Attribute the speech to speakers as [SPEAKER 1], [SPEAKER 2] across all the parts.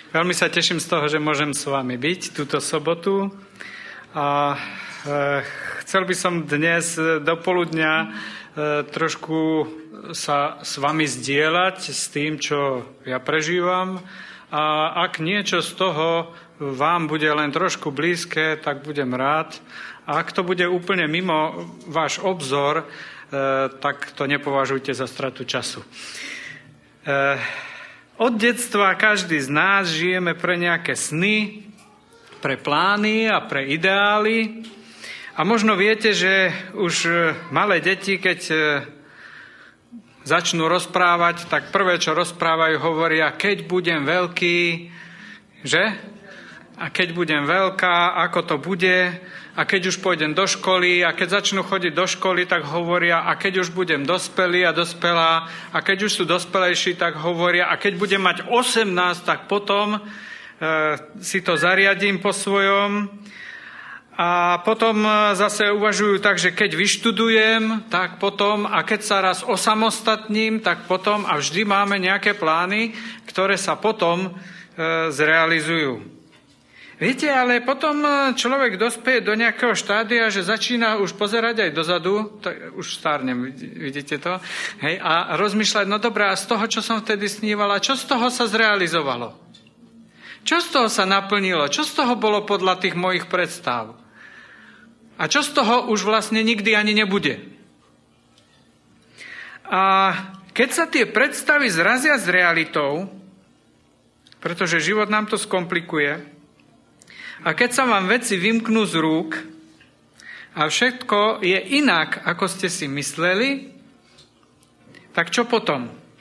[SPEAKER 1] Veľmi sa teším z toho, že môžem s vami byť túto sobotu. A chcel by som dnes do poludňa trošku sa s vami zdieľať s tým, čo ja prežívam. A ak niečo z toho vám bude len trošku blízke, tak budem rád. A ak to bude úplne mimo váš obzor, tak to nepovažujte za stratu času. Od detstva každý z nás žijeme pre nejaké sny, pre plány a pre ideály. A možno viete, že už malé deti, keď začnú rozprávať, tak prvé, čo rozprávajú, hovoria, keď budem veľký, že? A keď budem veľká, ako to bude? A keď už pôjdem do školy, a keď začnú chodiť do školy, tak hovoria, a keď už budem dospelý a dospelá, a keď už sú dospelejší, tak hovoria, a keď budem mať 18, tak potom si to zariadím po svojom. A potom zase uvažujú tak, že keď vyštudujem, tak potom, a keď sa raz osamostatním, tak potom, a vždy máme nejaké plány, ktoré sa potom zrealizujú. Viete, ale potom človek dospeje do nejakého štádia, že začína už pozerať aj dozadu, už stárnem, vidíte to, hej, a rozmýšľať, no dobré, a z toho, čo som vtedy snívala, čo z toho sa zrealizovalo? Čo z toho sa naplnilo? Čo z toho bolo podľa tých mojich predstav? A čo z toho už vlastne nikdy ani nebude? A keď sa tie predstavy zrazia s realitou, pretože život nám to skomplikuje, a keď sa vám veci vymknú z rúk a všetko je inak, ako ste si mysleli, tak čo potom?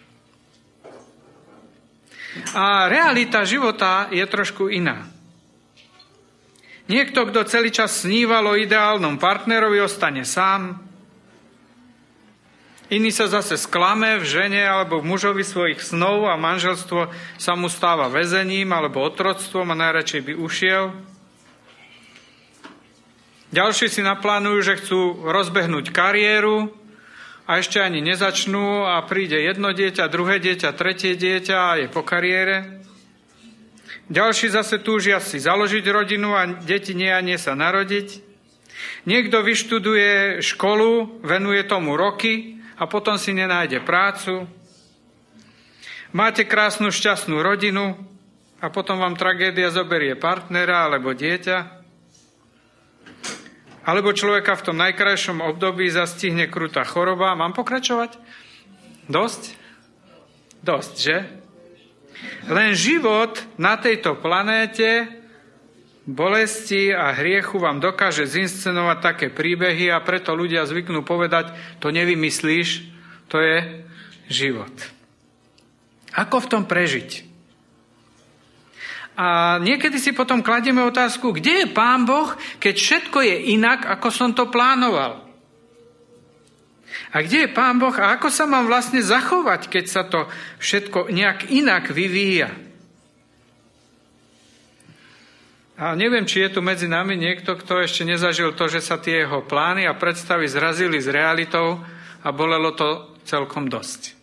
[SPEAKER 1] A realita života je trošku iná. Niekto, kto celý čas sníval o ideálnom partnerovi, ostane sám. Iný sa zase sklame v žene alebo v mužovi svojich snov a manželstvo sa mu stáva väzením alebo otroctvom a najradšej by ušiel. Ďalší si naplánujú, že chcú rozbehnúť kariéru a ešte ani nezačnú a príde jedno dieťa, druhé dieťa, tretie dieťa a je po kariére. Ďalší zase túžia si založiť rodinu a deti nie a nie sa narodiť. Niekto vyštuduje školu, venuje tomu roky, a potom si nenájde prácu. Máte krásnu, šťastnú rodinu a potom vám tragédia zoberie partnera alebo dieťa. Alebo človeka v tom najkrajšom období zastihne krutá choroba. Mám pokračovať? Dosť? Dosť, že? Len život na tejto planéte bolesti a hriechu vám dokáže zinscenovať také príbehy a preto ľudia zvyknú povedať, to nevymyslíš, to je život. Ako v tom prežiť? A niekedy si potom kladieme otázku, kde je Pán Boh, keď všetko je inak, ako som to plánoval? A kde je Pán Boh a ako sa mám vlastne zachovať, keď sa to všetko nejak inak vyvíja? A neviem, či je tu medzi nami niekto, kto ešte nezažil to, že sa tie jeho plány a predstavy zrazili s realitou a bolelo to celkom dosť.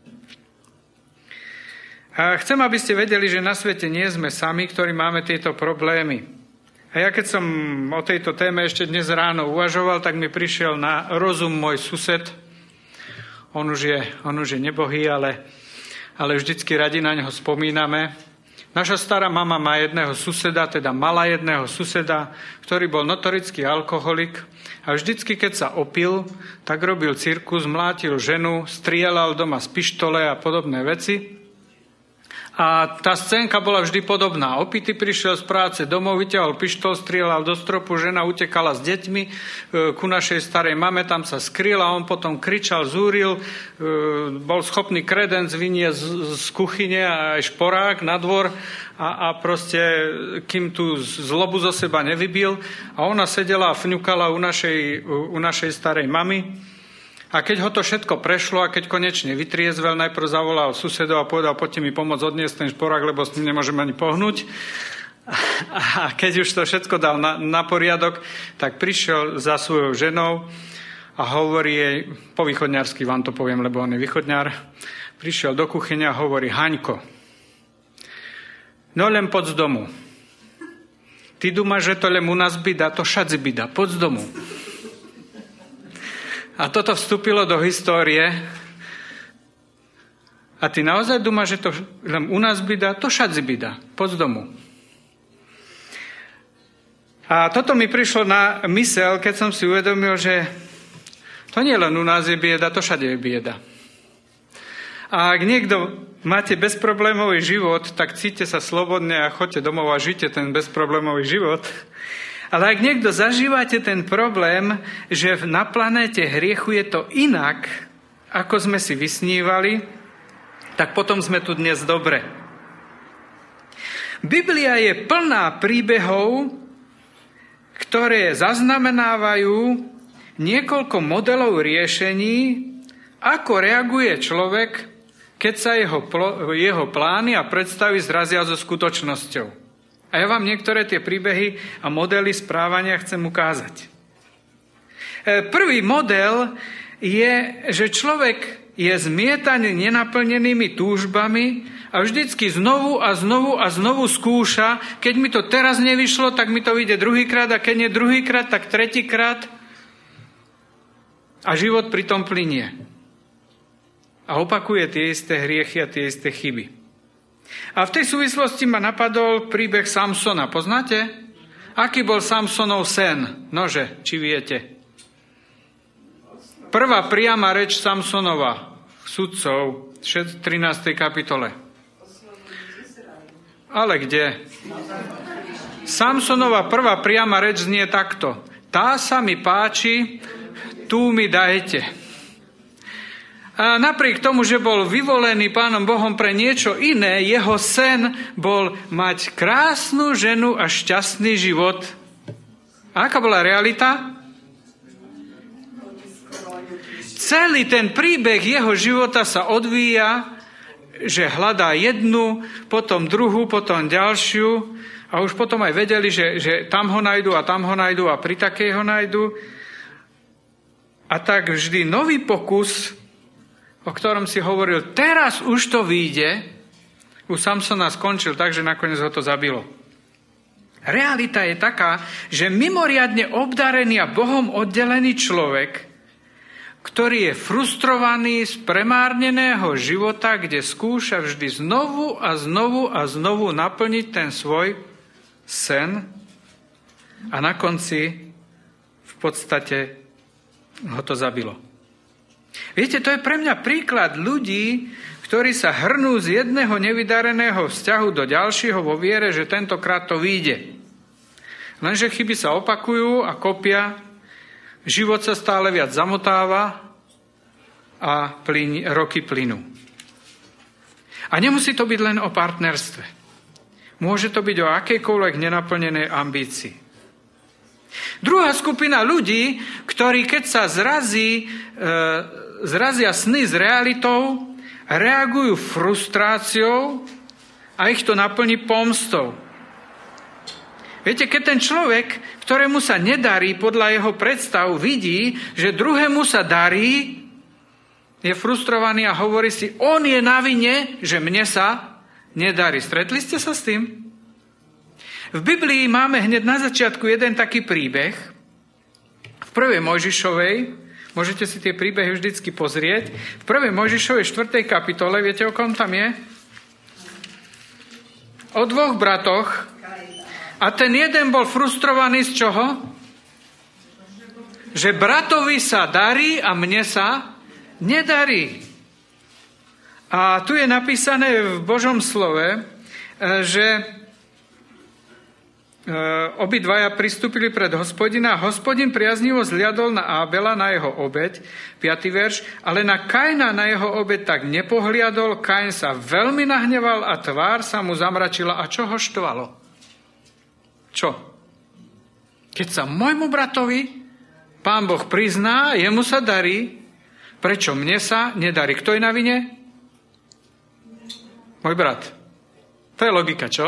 [SPEAKER 1] A chcem, aby ste vedeli, že na svete nie sme sami, ktorí máme tieto problémy. A ja keď som o tejto téme ešte dnes ráno uvažoval, tak mi prišiel na rozum môj sused. On už je nebohý, ale vždycky radi na neho spomíname. Naša stará mama má jedného suseda, teda mala jedného suseda, ktorý bol notorický alkoholik a vždycky, keď sa opil, tak robil cirkus, mlátil ženu, strieľal doma z pištole a podobné veci. A tá scénka bola vždy podobná. Opitý prišiel z práce domov, vyťahol pištol, strieľal do stropu, žena utekala s deťmi ku našej starej mame, tam sa skryl a on potom kričal, zúril, bol schopný kredenc vyniesť z kuchyne a aj šporák na dvor a proste, kým tú zlobu zo seba nevybil. A ona sedela a fňukala u našej starej mamy. A keď ho to všetko prešlo a keď konečne vytriezvel, najprv zavolal susedov a povedal, poďte mi pomôcť odniesť ten šporák, lebo s ním nemôžem ani pohnúť. A keď už to všetko dal na poriadok, tak prišiel za svojou ženou a hovorí jej, po východňarsky vám to poviem, lebo on je východňar, prišiel do kuchyne a hovorí, Haňko, No len pod z domu. Ty dúmaš, že to len u nás bida, to všade bida, pod z domu. A toto vstúpilo do histórie. A ty naozaj dúmaš, že to len u nás bida, to všade bida, pod z domu. A toto mi prišlo na myseľ, keď som si uvedomil, že to nie len u nás je bieda, to všade je bieda. A ak niekto máte bezproblémový život, tak cíťte sa slobodne a choďte domov a žite ten bezproblémový život. Ale ak niekto zažívate ten problém, že na planéte hriechu je to inak, ako sme si vysnívali, tak potom sme tu dnes dobre. Biblia je plná príbehov, ktoré zaznamenávajú niekoľko modelov riešení, ako reaguje človek, keď sa jeho plány a predstavy zrazia so skutočnosťou. A ja vám niektoré tie príbehy a modely správania chcem ukázať. Prvý model je, že človek je zmietaný nenaplnenými túžbami a vždycky znovu a znovu a znovu skúša, keď mi to teraz nevyšlo, tak mi to vyjde druhýkrát a keď nie druhýkrát, tak tretíkrát. A život pritom plynie. A opakuje tie isté hriechy a tie isté chyby. A v tej súvislosti ma napadol príbeh Samsona. Poznáte? Aký bol Samsonov sen? Nože, či viete? Prvá priama reč Samsonova, sudcov, 13. kapitole. Ale kde? Samsonova prvá priama reč znie takto. Tá sa mi páči, tú mi dajte. A napriek tomu, že bol vyvolený Pánom Bohom pre niečo iné, jeho sen bol mať krásnu ženu a šťastný život. A aká bola realita? Celý ten príbeh jeho života sa odvíja, že hľadá jednu, potom druhú, potom ďalšiu a už potom aj vedeli, že tam ho nájdu a tam ho nájdu a pri takej ho nájdu. A tak vždy nový pokus, o ktorom si hovoril, teraz už to vyjde, u Samsona skončil tak, že nakoniec ho to zabilo. Realita je taká, že mimoriadne obdarený a Bohom oddelený človek, ktorý je frustrovaný z premárneného života, kde skúša vždy znovu a znovu a znovu naplniť ten svoj sen a na konci v podstate ho to zabilo. Viete, to je pre mňa príklad ľudí, ktorí sa hrnú z jedného nevydareného vzťahu do ďalšieho vo viere, že tentokrát to vyjde. Lenže chyby sa opakujú a kopia, život sa stále viac zamotáva a roky plynú. A nemusí to byť len o partnerstve. Môže to byť o akejkoľvek nenaplnenej ambícii. Druhá skupina ľudí, ktorí keď sa zrazia sny s realitou, reagujú frustráciou a ich to naplní pomstou. Viete, keď ten človek, ktorému sa nedarí podľa jeho predstav, vidí, že druhému sa darí, je frustrovaný a hovorí si, on je na vine, že mne sa nedarí. Stretli ste sa s tým? V Biblii máme hneď na začiatku jeden taký príbeh. V 1. Mojžišovej, môžete si tie príbehy vždycky pozrieť, v 1. Mojžišovej 4. kapitole, viete, o kom tam je? O dvoch bratoch. A ten jeden bol frustrovaný z čoho? Že bratovi sa darí a mne sa nedarí. A tu je napísané v Božom slove, že obidvaja pristúpili pred Hospodina a Hospodin priaznivo zliadol na Ábela, na jeho obeť, 5. verš, ale na Kaina, na jeho obeť tak nepohliadol, Kain sa veľmi nahneval a tvár sa mu zamračila. A čo ho štvalo? Čo? Keď sa môjmu bratovi Pán Boh prizná, jemu sa darí, prečo mne sa nedarí? Kto je na vine? Môj brat. To je logika, čo?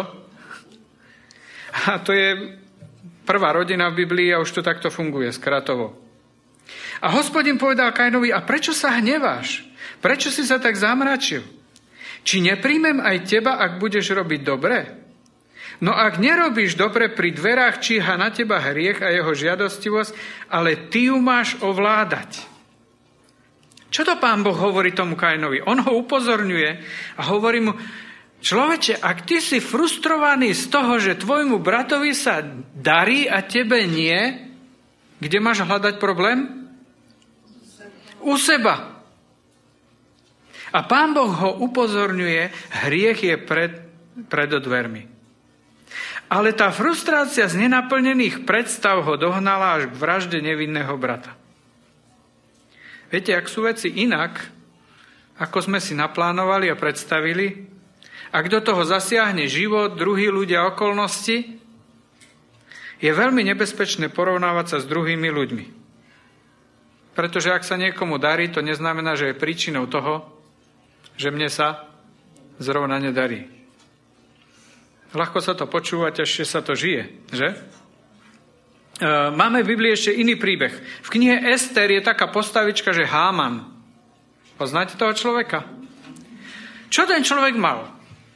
[SPEAKER 1] A to je prvá rodina v Biblii a už to takto funguje, skratovo. A Hospodin povedal Kainovi, a prečo sa hneváš? Prečo si sa tak zamračil? Či nepríjmem aj teba, ak budeš robiť dobre? No ak nerobíš dobre, pri dverách číha na teba hriech a jeho žiadostivosť, ale ty ju máš ovládať. Čo to Pán Boh hovorí tomu Kainovi? On ho upozorňuje a hovorí mu, človeče, ak ty si frustrovaný z toho, že tvojmu bratovi sa darí a tebe nie, kde máš hľadať problém? U seba. A Pán Boh ho upozorňuje, hriech je pred dvermi. Ale tá frustrácia z nenaplnených predstav ho dohnala až k vražde nevinného brata. Viete, ak sú veci inak, ako sme si naplánovali a predstavili, ak do toho zasiahne život, druhí ľudia, okolnosti, je veľmi nebezpečné porovnávať sa s druhými ľuďmi. Pretože ak sa niekomu darí, to neznamená, že je príčinou toho, že mne sa zrovna nedarí. Ľahko sa to počúva, ťažšie sa to žije, že? Máme v Biblii ešte iný príbeh. V knihe Ester je taká postavička, že Háman. Poznáte toho človeka? Čo ten človek mal?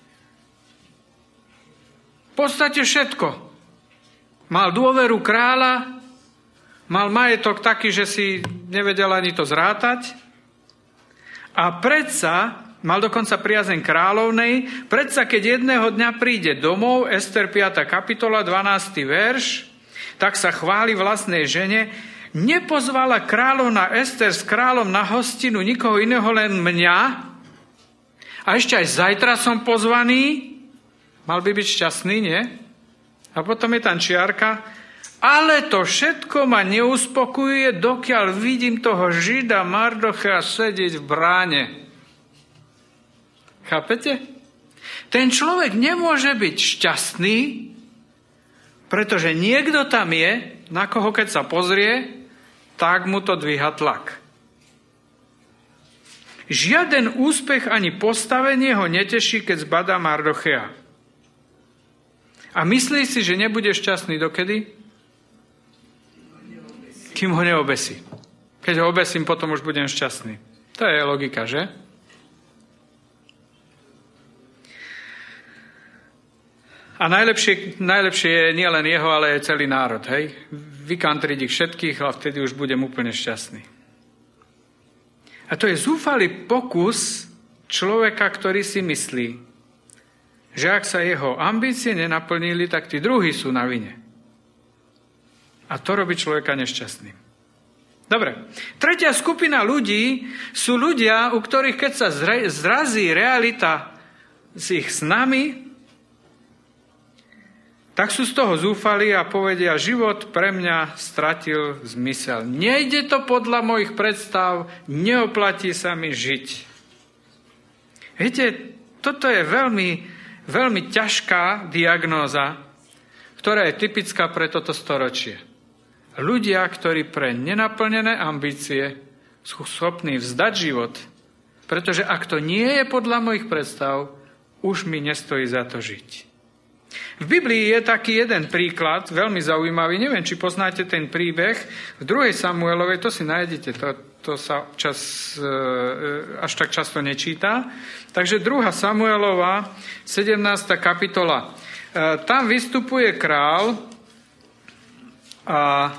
[SPEAKER 1] V podstate všetko. Mal dôveru kráľa, mal majetok taký, že si nevedel ani to zrátať. A predsa mal dokonca priazeň kráľovnej, predsa keď jedného dňa príde domov, Ester 5. kapitola, 12. verš, tak sa chváli vlastnej žene, nepozvala kráľovna Ester s kráľom na hostinu nikoho iného, len mňa, a ešte aj zajtra som pozvaný, mal by byť šťastný, nie? A potom je tam čiarka, ale to všetko ma neuspokojuje, dokiaľ vidím toho Žida Mardochea sedieť v bráne. Chápete? Ten človek nemôže byť šťastný, pretože niekto tam je, na koho keď sa pozrie, tak mu to dvíha tlak. Žiaden úspech ani postavenie ho neteší, keď zbadá Mardochea. A myslí si, že nebude šťastný dokedy? Kým ho neobesí. Keď ho obesím, potom už budem šťastný. To je logika, že? A najlepšie je nielen jeho, ale aj celý národ. Hej? Vykantriť ich všetkých a vtedy už budem úplne šťastný. A to je zúfalý pokus človeka, ktorý si myslí, že ak sa jeho ambície nenaplnili, tak tí druhí sú na vine. A to robí človeka nešťastným. Dobre. Tretia skupina ľudí sú ľudia, u ktorých keď sa zrazí realita s ich snami, tak sú z toho zúfali a povedia, život pre mňa stratil zmysel. Nejde to podľa mojich predstav, neoplatí sa mi žiť. Viete, toto je veľmi, veľmi ťažká diagnóza, ktorá je typická pre toto storočie. Ľudia, ktorí pre nenaplnené ambície sú schopní vzdať život, pretože ak to nie je podľa mojich predstav, už mi nestojí za to žiť. V Biblii je taký jeden príklad, veľmi zaujímavý, neviem, či poznáte ten príbeh, v 2. Samuelovej, to si nájdete, to sa až tak často nečíta. Takže 2. Samuelova, 17. kapitola. Tam vystupuje král a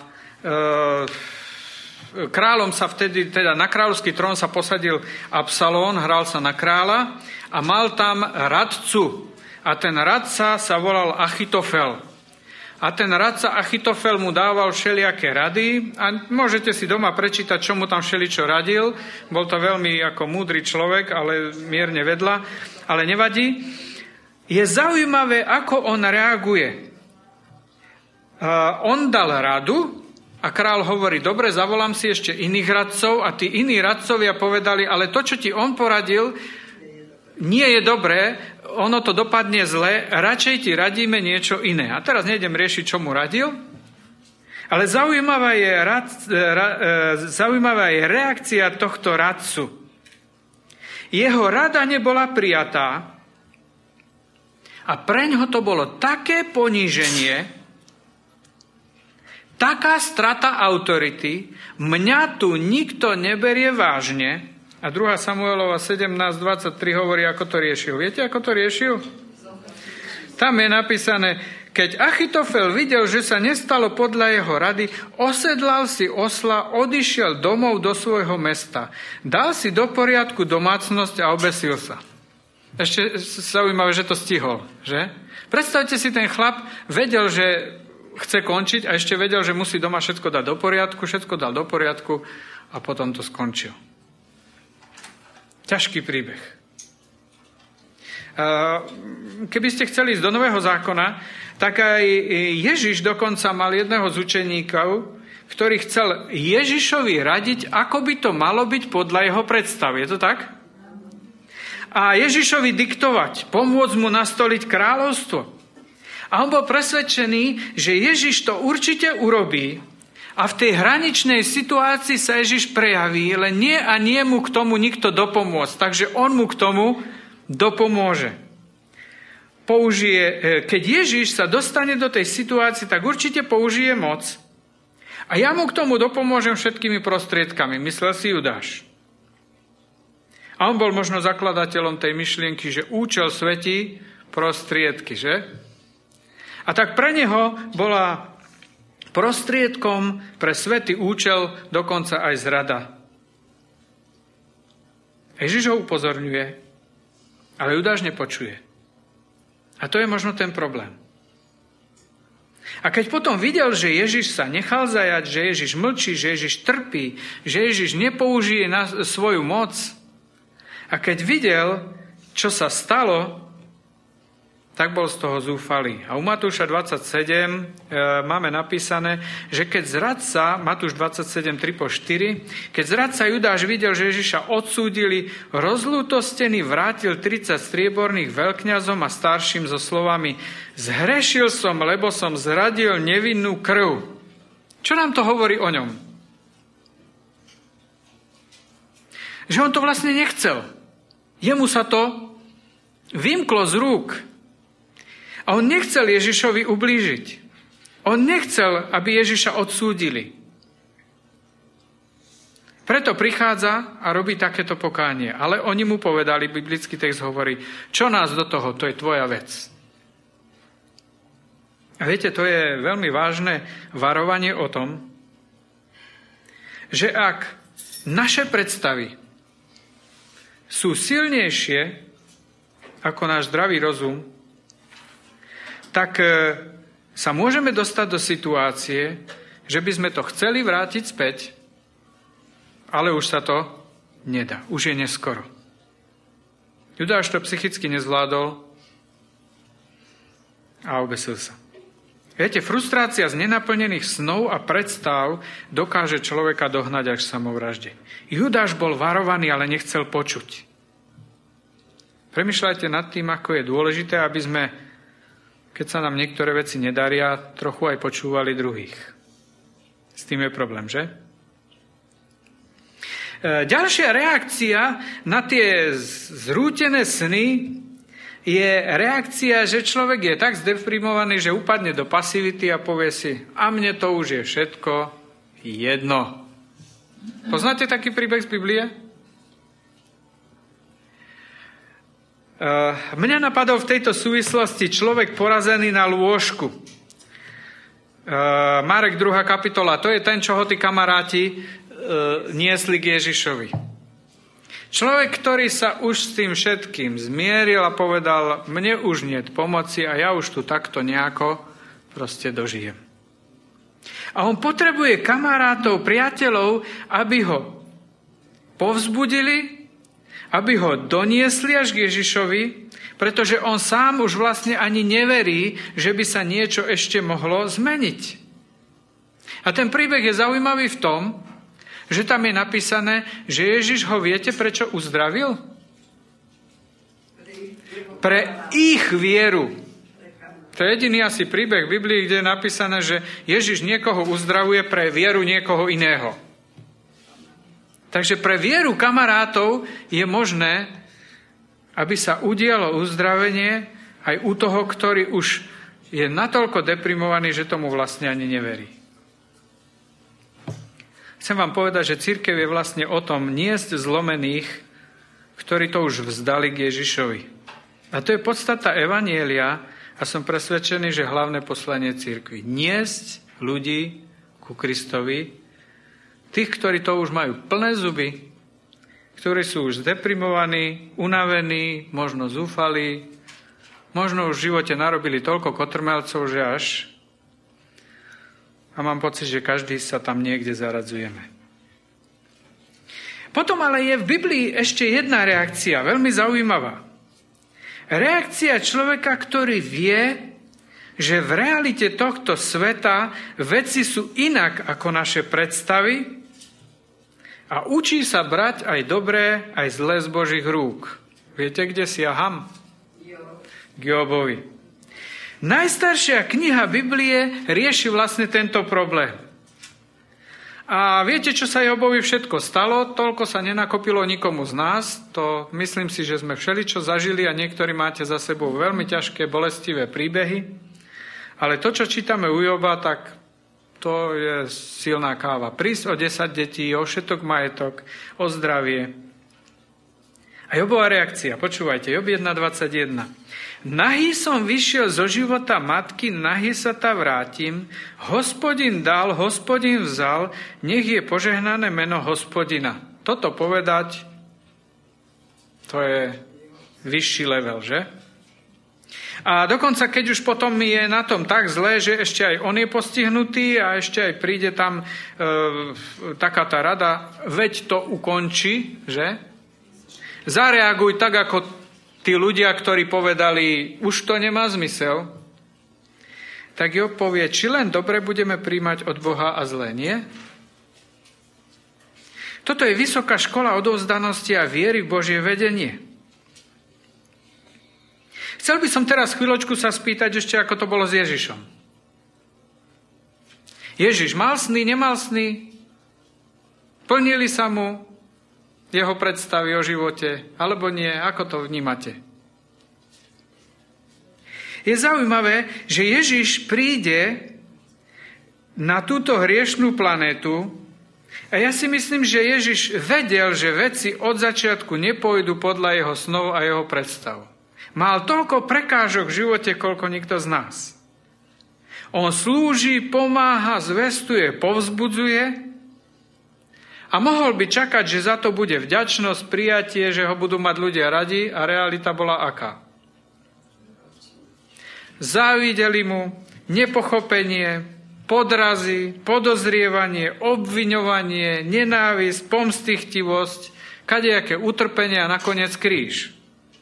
[SPEAKER 1] kráľom sa vtedy, teda na kráľovský trón sa posadil Absalón, hral sa na kráľa a mal tam radcu. A ten radca sa volal Achitofel. A ten radca Achitofel mu dával všelijaké rady a môžete si doma prečítať, čo mu tam všeličo radil. Bol to veľmi ako múdry človek, ale mierne vedľa, ale nevadí. Je zaujímavé, ako on reaguje. On dal radu a král hovorí, dobre, zavolám si ešte iných radcov a tí iní radcovia povedali, ale to, čo ti on poradil, nie je dobré, ono to dopadne zle, radšej ti radíme niečo iné. A teraz nejdem riešiť, čo mu radil, ale zaujímavá je reakcia tohto radcu. Jeho rada nebola prijatá a preňho to bolo také poníženie, taká strata autority, mňa tu nikto neberie vážne. A 2. Samuelova 17.23 hovorí, ako to riešil. Viete, ako to riešil? Tam je napísané, keď Achitofel videl, že sa nestalo podľa jeho rady, osedlal si osla, odišiel domov do svojho mesta. Dal si do poriadku domácnosť a obesil sa. Ešte zaujímavé, že to stihol, že? Predstavte si, ten chlap vedel, že chce končiť a ešte vedel, že musí doma všetko dať do poriadku, všetko dal do poriadku a potom to skončil. Ťažký príbeh. Keby ste chceli ísť do Nového zákona, tak aj Ježiš dokonca mal jedného z učeníkov, ktorý chcel Ježišovi radiť, ako by to malo byť podľa jeho predstav. Je to tak? A Ježišovi diktovať, pomôcť mu nastoliť kráľovstvo. A on bol presvedčený, že Ježiš to určite urobí a v tej hraničnej situácii sa Ježiš prejaví, len nie a nie mu k tomu nikto dopomôcť. Takže on mu k tomu dopomôže. Keď Ježiš sa dostane do tej situácie, tak určite použije moc. A ja mu k tomu dopomôžem všetkými prostriedkami, myslel si Judáš. A on bol možno zakladateľom tej myšlienky, že účel svetí prostriedky, že? A tak pre neho bola prostriedkom pre svätý účel dokonca aj zrada. Ježiš ho upozorňuje, ale Judáš nepočuje. A to je možno ten problém. A keď potom videl, že Ježiš sa nechal zajať, že Ježiš mlčí, že Ježiš trpí, že Ježiš nepoužije na svoju moc, a keď videl, čo sa stalo, tak bol z toho zúfalý. A u Matúša 27 máme napísané, že keď zradca, Matúš 27, 3-4, keď zradca Judáš videl, že Ježiša odsúdili, rozľútostený vrátil 30 strieborných veľkňazom a starším so slovami: zhrešil som, lebo som zradil nevinnú krv. Čo nám to hovorí o ňom? Že on to vlastne nechcel. Jemu sa to vymklo z rúk. A on nechcel Ježišovi ublížiť. On nechcel, aby Ježiša odsúdili. Preto prichádza a robí takéto pokánie. Ale oni mu povedali, biblický text hovorí, čo nás do toho, to je tvoja vec. A viete, to je veľmi vážne varovanie o tom, že ak naše predstavy sú silnejšie ako náš zdravý rozum, tak sa môžeme dostať do situácie, že by sme to chceli vrátiť späť, ale už sa to nedá. Už je neskoro. Judáš to psychicky nezvládol a obesil sa. Viete, frustrácia z nenaplnených snov a predstav dokáže človeka dohnať až k samovražde. Judáš bol varovaný, ale nechcel počuť. Premýšľajte nad tým, ako je dôležité, aby sme, keď sa nám niektoré veci nedaria, trochu aj počúvali druhých. S tým je problém, že? Ďalšia reakcia na tie zrútené sny je reakcia, že človek je tak zdeprimovaný, že upadne do pasivity a povie si, a mne to už je všetko jedno. Poznáte taký príbeh z Biblie? Mňa napadol v tejto súvislosti človek porazený na lôžku. Marek 2. kapitola, to je ten, čo ho tí kamaráti niesli k Ježišovi. Človek, ktorý sa už s tým všetkým zmieril a povedal, mne už niet pomoci a ja už tu takto nejako proste dožijem. A on potrebuje kamarátov, priateľov, aby ho povzbudili, aby ho doniesli až k Ježišovi, pretože on sám už vlastne ani neverí, že by sa niečo ešte mohlo zmeniť. A ten príbeh je zaujímavý v tom, že tam je napísané, že Ježiš ho viete, prečo uzdravil? Pre ich vieru. To je jediný asi príbeh v Biblii, kde je napísané, že Ježiš niekoho uzdravuje pre vieru niekoho iného. Takže pre vieru kamarátov je možné, aby sa udialo uzdravenie aj u toho, ktorý už je natoľko deprimovaný, že tomu vlastne ani neverí. Chcem vám povedať, že cirkev je vlastne o tom niesť zlomených, ktorí to už vzdali k Ježišovi. A to je podstata evanjelia a a som presvedčený, že hlavné poslanie cirkvi niesť ľudí ku Kristovi, tých, ktorí to už majú plné zuby, ktorí sú už zdeprimovaní, unavení, možno zúfalí, možno už v živote narobili toľko kotrmelcov, že až. A mám pocit, že každý sa tam niekde zaradzujeme. Potom ale je v Biblii ešte jedna reakcia, veľmi zaujímavá. Reakcia človeka, ktorý vie, že v realite tohto sveta veci sú inak ako naše predstavy a učí sa brať aj dobré, aj zlé z Božích rúk. Viete, kde siaham? K Jobovi. Najstaršia kniha Biblie rieši vlastne tento problém. A viete, čo sa Jobovi všetko stalo? Toľko sa nenakopilo nikomu z nás. To myslím si, že sme všeličo zažili a niektorí máte za sebou veľmi ťažké, bolestivé príbehy. Ale to, čo čítame u Joba, tak to je silná káva. Prísť o 10 detí, o všetok majetok, o zdravie. A Jobova reakcia, počúvajte, Job 1.21. Nahý som vyšiel zo života matky, nahý sa ta vrátim. Hospodin dal, Hospodin vzal, nech je požehnané meno Hospodina. Toto povedať, to je vyšší level, že? A dokonca, keď už potom je na tom tak zlé, že ešte aj on je postihnutý a ešte aj príde tam taká tá rada, veď to ukonči, že? Zareaguj tak, ako tí ľudia, ktorí povedali, už to nemá zmysel, tak Job povie, či len dobre budeme príjmať od Boha a zlé, nie? Toto je vysoká škola odovzdanosti a viery v Božie vedenie. Chcel by som teraz chvíľočku sa spýtať ešte, ako to bolo s Ježišom. Ježiš mal sny, nemal sny? Plnili sa mu jeho predstavy o živote, alebo nie? Ako to vnímate? Je zaujímavé, že Ježiš príde na túto hriešnú planétu a ja si myslím, že Ježiš vedel, že veci od začiatku nepôjdu podľa jeho snov a jeho predstav. Mal toľko prekážok v živote, koľko nikto z nás. On slúži, pomáha, zvestuje, povzbudzuje. A mohol by čakať, že za to bude vďačnosť, prijatie, že ho budú mať ľudia radi a realita bola aká? Závideli mu, nepochopenie, podrazy, podozrievanie, obviňovanie, nenávisť, pomstychtivosť, kadejaké utrpenie a nakoniec kríž.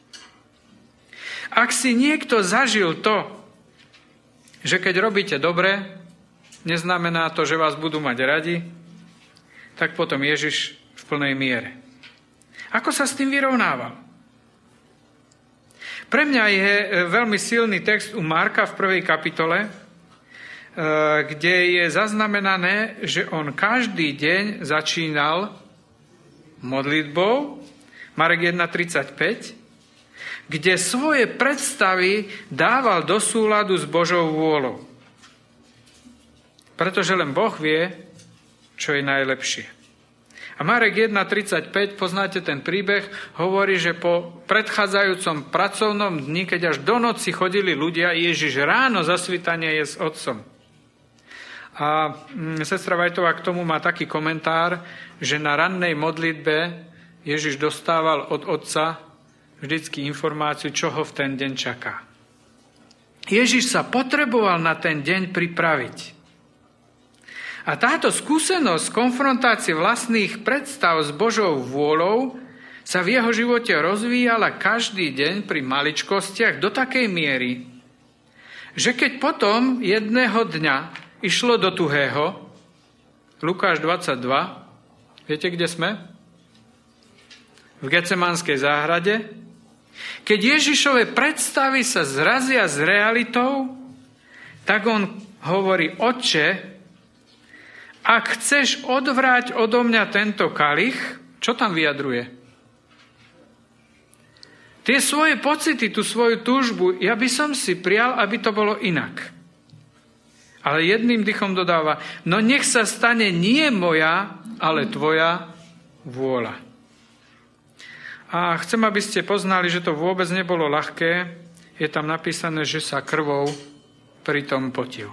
[SPEAKER 1] Ak si niekto zažil to, že keď robíte dobre, neznamená to, že vás budú mať radi, tak potom Ježiš v plnej miere. Ako sa s tým vyrovnával? Pre mňa je veľmi silný text u Marka v 1. kapitole, kde je zaznamenané, že on každý deň začínal modlitbou, Marek 1.35, kde svoje predstavy dával do súladu s Božou vôľou. Pretože len Boh vie, čo je najlepšie. A Marek 1.35, poznáte ten príbeh, hovorí, že po predchádzajúcom pracovnom dni, keď až do noci chodili ľudia, Ježiš ráno zasvitanie je s otcom. A sestra Vajtová k tomu má taký komentár, že na rannej modlitbe Ježiš dostával od otca vždycky informáciu, čo ho v ten deň čaká. Ježiš sa potreboval na ten deň pripraviť. A táto skúsenosť konfrontácie vlastných predstav s Božou vôľou sa v jeho živote rozvíjala každý deň pri maličkostiach do takej miery, že keď potom jedného dňa išlo do tuhého, Lukáš 22, viete, kde sme? V Getsemanskej záhrade. Keď Ježišove predstavy sa zrazia s realitou, tak on hovorí, Otče, ak chceš odvráť odo mňa tento kalich, čo tam vyjadruje? Tie svoje pocity, tú svoju túžbu, ja by som si prial, aby to bolo inak. Ale jedným dychom dodáva, no nech sa stane nie moja, ale tvoja vôľa. A chcem, aby ste poznali, že to vôbec nebolo ľahké, je tam napísané, že sa krvou pritom potil.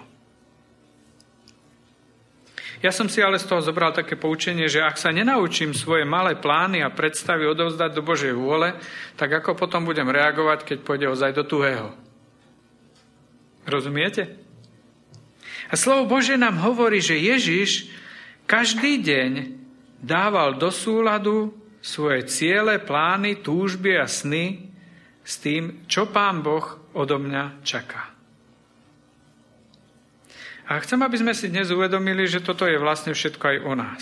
[SPEAKER 1] Ja som si ale z toho zobral také poučenie, že ak sa nenaučím svoje malé plány a predstavy odovzdať do Božej vôle, tak ako potom budem reagovať, keď pôjde ozaj do tuhého. Rozumiete? A slovo Božie nám hovorí, že Ježiš každý deň dával do súladu svoje ciele, plány, túžby a sny s tým, čo Pán Boh odo mňa čaká. A chcem, aby sme si dnes uvedomili, že toto je vlastne všetko aj o nás.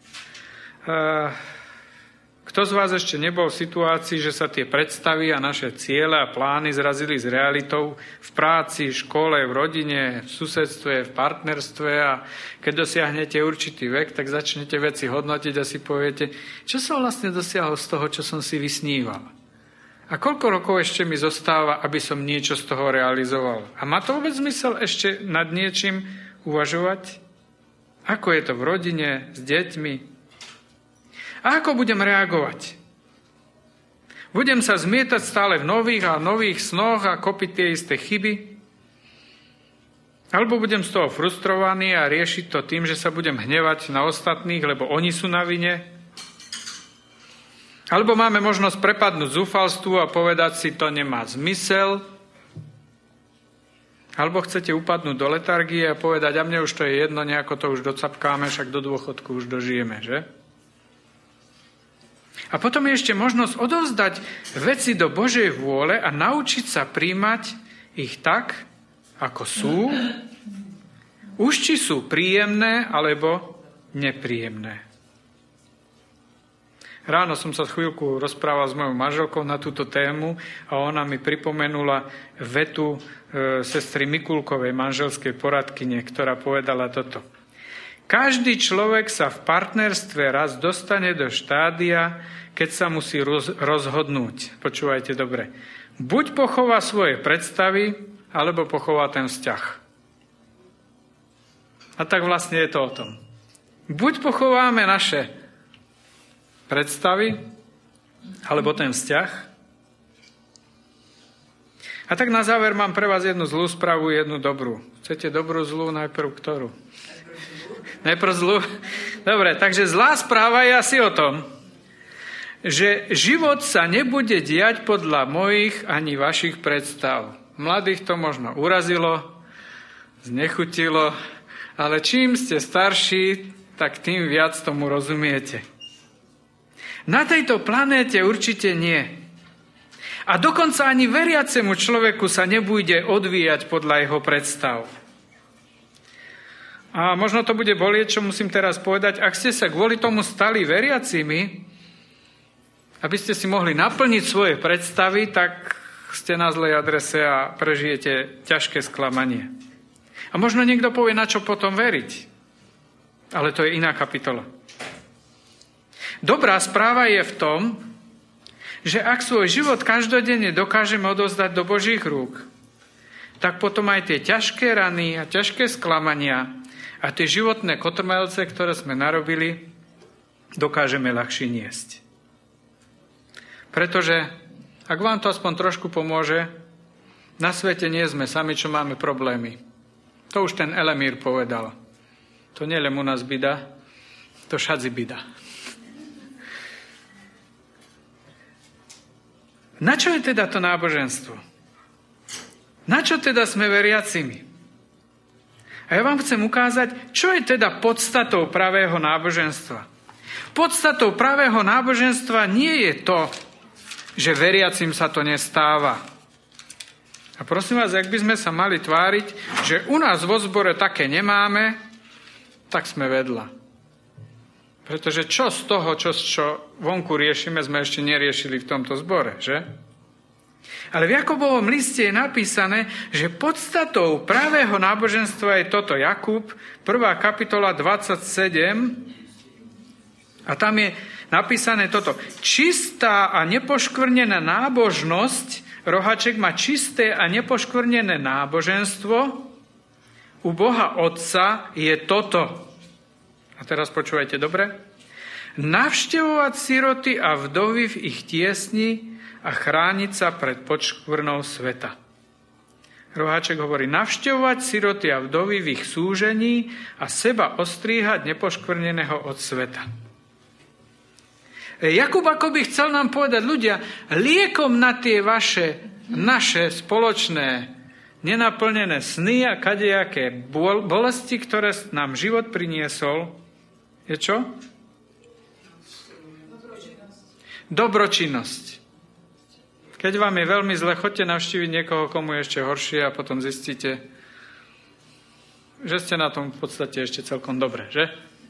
[SPEAKER 1] Kto z vás ešte nebol v situácii, že sa tie predstavy a naše ciele a plány zrazili s realitou v práci, v škole, v rodine, v susedstve, v partnerstve a keď dosiahnete určitý vek, tak začnete veci hodnotiť a si poviete, čo som vlastne dosiahol z toho, čo som si vysníval. A koľko rokov ešte mi zostáva, aby som niečo z toho realizoval? A má to vôbec zmysel ešte nad niečím uvažovať? Ako je to v rodine, s deťmi? A ako budem reagovať? Budem sa zmietať stále v nových a nových snoch a kopiť tie isté chyby? Alebo budem z toho frustrovaný a riešiť to tým, že sa budem hnevať na ostatných, lebo oni sú na vine? Alebo máme možnosť prepadnúť zúfalstvu a povedať si, to nemá zmysel. Alebo chcete upadnúť do letargie a povedať, a mne už to je jedno, nejako to už docapkáme, však do dôchodku už dožijeme, že? A potom je ešte možnosť odovzdať veci do Božej vôle a naučiť sa príjmať ich tak, ako sú, už či sú príjemné, alebo nepríjemné. Ráno som sa chvíľku rozprával s mojou manželkou na túto tému a ona mi pripomenula vetu sestry Mikulkovej, manželskej poradkyne, ktorá povedala toto. Každý človek sa v partnerstve raz dostane do štádia, keď sa musí rozhodnúť. Počúvajte dobre. Buď pochová svoje predstavy, alebo pochová ten vzťah. A tak vlastne je to o tom. Buď pochováme naše predstavy, alebo ten vzťah. A tak na záver mám pre vás jednu zlú správu, jednu dobrú. Chcete dobrú, zlú, najprv ktorú? Najprv zlú? Dobre, takže zlá správa je asi o tom, že život sa nebude diať podľa mojich ani vašich predstav. Mladých to možno urazilo, znechutilo, ale čím ste starší, tak tým viac tomu rozumiete. Na tejto planéte určite nie. A dokonca ani veriacemu človeku sa nebude odvíjať podľa jeho predstav. A možno to bude bolieť, čo musím teraz povedať. Ak ste sa kvôli tomu stali veriacimi, aby ste si mohli naplniť svoje predstavy, tak ste na zlej adrese a prežijete ťažké sklamanie. A možno niekto povie, na čo potom veriť. Ale to je iná kapitola. Dobrá správa je v tom, že ak svoj život každodenne dokážeme odovzdať do Božích rúk, tak potom aj tie ťažké rany a ťažké sklamania a tie životné kotrmelce, ktoré sme narobili, dokážeme ľahšie niesť. Pretože, ak vám to aspoň trošku pomôže, na svete nie sme sami, čo máme problémy. To už ten Elemír povedal. To nie len u nás bida, to šadzi bida. Na čo je teda to náboženstvo? Na čo teda sme veriacimi? A ja vám chcem ukázať, čo je teda podstatou pravého náboženstva. Podstatou pravého náboženstva nie je to, že veriacim sa to nestáva. A prosím vás, ak by sme sa mali tváriť, že u nás vo zbore také nemáme, tak sme vedľa. Pretože čo z toho, čo vonku riešime, sme ešte neriešili v tomto zbore, že? Ale v Jakobovom liste je napísané, že podstatou pravého náboženstva je toto. Jakub, 1. kapitola 27, a tam je napísané toto. Čistá a nepoškvrnená nábožnosť, rohaček má čisté a nepoškvrnené náboženstvo, u Boha Otca je toto. A teraz počúvajte dobre. Navštevovať siroty a vdovy v ich tiesni a chrániť sa pred poškvrnou sveta. Roháček hovorí, navštevovať siroty a vdovy v ich súžení a seba ostríhať nepoškvrneného od sveta. Jakub akoby chcel nám povedať, ľudia, liekom na tie naše spoločné nenaplnené sny a kadejaké bolesti, ktoré nám život priniesol, je čo? Dobročinnosť. Keď vám je veľmi zle, choďte navštíviť niekoho, komu je ešte horšie a potom zistíte, že ste na tom v podstate ešte celkom dobre, že?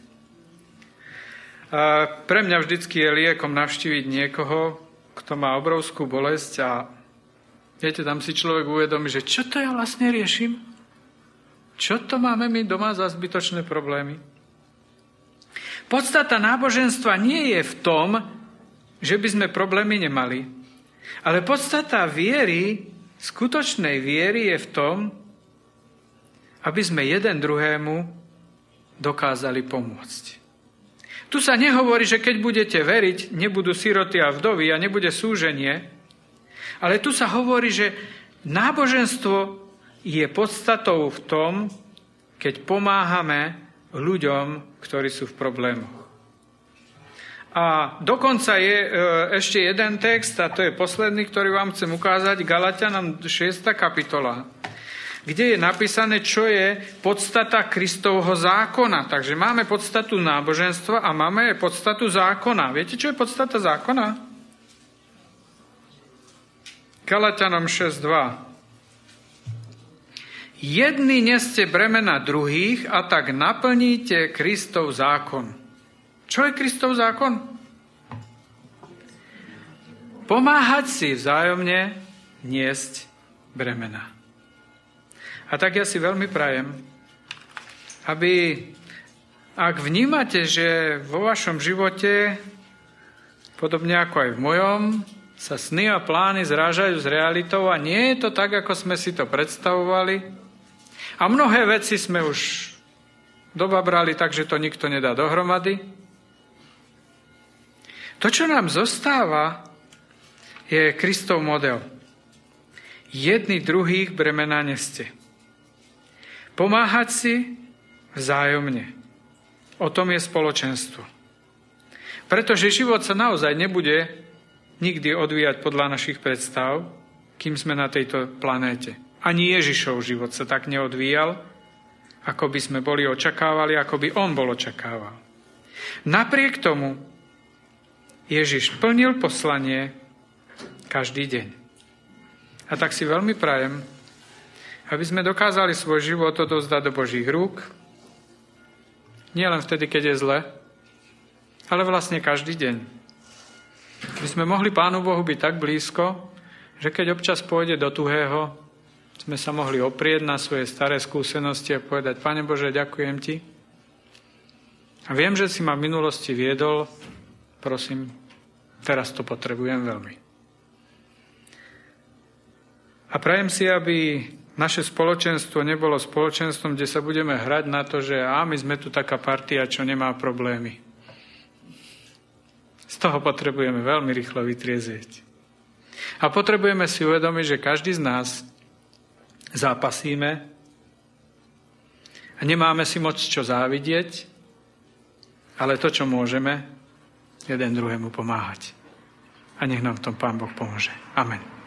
[SPEAKER 1] A pre mňa vždycky je liekom navštíviť niekoho, kto má obrovskú bolesť a viete, tam si človek uvedomí, že čo to ja vlastne riešim? Čo to máme my doma za zbytočné problémy? Podstata náboženstva nie je v tom, že by sme problémy nemali, ale podstata viery, skutočnej viery je v tom, aby sme jeden druhému dokázali pomôcť. Tu sa nehovorí, že keď budete veriť, nebudú siroty a vdovy a nebude súženie, ale tu sa hovorí, že náboženstvo je podstatou v tom, keď pomáhame ľuďom, ktorí sú v problémoch. A dokonca je ešte jeden text, a to je posledný, ktorý vám chcem ukázať, Galatianom 6. kapitola, kde je napísané, čo je podstata Kristovho zákona. Takže máme podstatu náboženstva a máme podstatu zákona. Viete, čo je podstata zákona? Galatianom 6.2. Jedni neste bremena druhých a tak naplníte Kristov zákon. Čo je Kristov zákon? Pomáhať si vzájomne niesť bremena. A tak ja si veľmi prajem, aby, ak vnímate, že vo vašom živote, podobne ako aj v mojom, sa sny a plány zrážajú s realitou a nie je to tak, ako sme si to predstavovali, a mnohé veci sme už dobabrali, takže to nikto nedá dohromady, to, čo nám zostáva, je Kristov model. Jedni druhých bremena neste. Pomáhať si vzájomne. O tom je spoločenstvo. Pretože život sa naozaj nebude nikdy odvíjať podľa našich predstav, kým sme na tejto planéte. Ani Ježišov život sa tak neodvíjal, ako by sme boli očakávali, ako by on bol očakával. Napriek tomu Ježiš plnil poslanie každý deň. A tak si veľmi prajem, aby sme dokázali svoj život odovzdať do Božích rúk, nie len vtedy, keď je zle, ale vlastne každý deň. Aby sme mohli Pánu Bohu byť tak blízko, že keď občas pôjde do tuhého, sme sa mohli oprieť na svoje staré skúsenosti a povedať, Pane Bože, ďakujem Ti. A viem, že si ma v minulosti viedol, prosím, teraz to potrebujem veľmi. A prajem si, aby naše spoločenstvo nebolo spoločenstvom, kde sa budeme hrať na to, že my sme tu taká partia, čo nemá problémy. Z toho potrebujeme veľmi rýchlo vytriezieť. A potrebujeme si uvedomiť, že každý z nás zápasíme a nemáme si moc čo závidieť, ale to, čo môžeme, jeden druhému pomáhať. A nech nám v tom Pán Boh pomôže. Amen.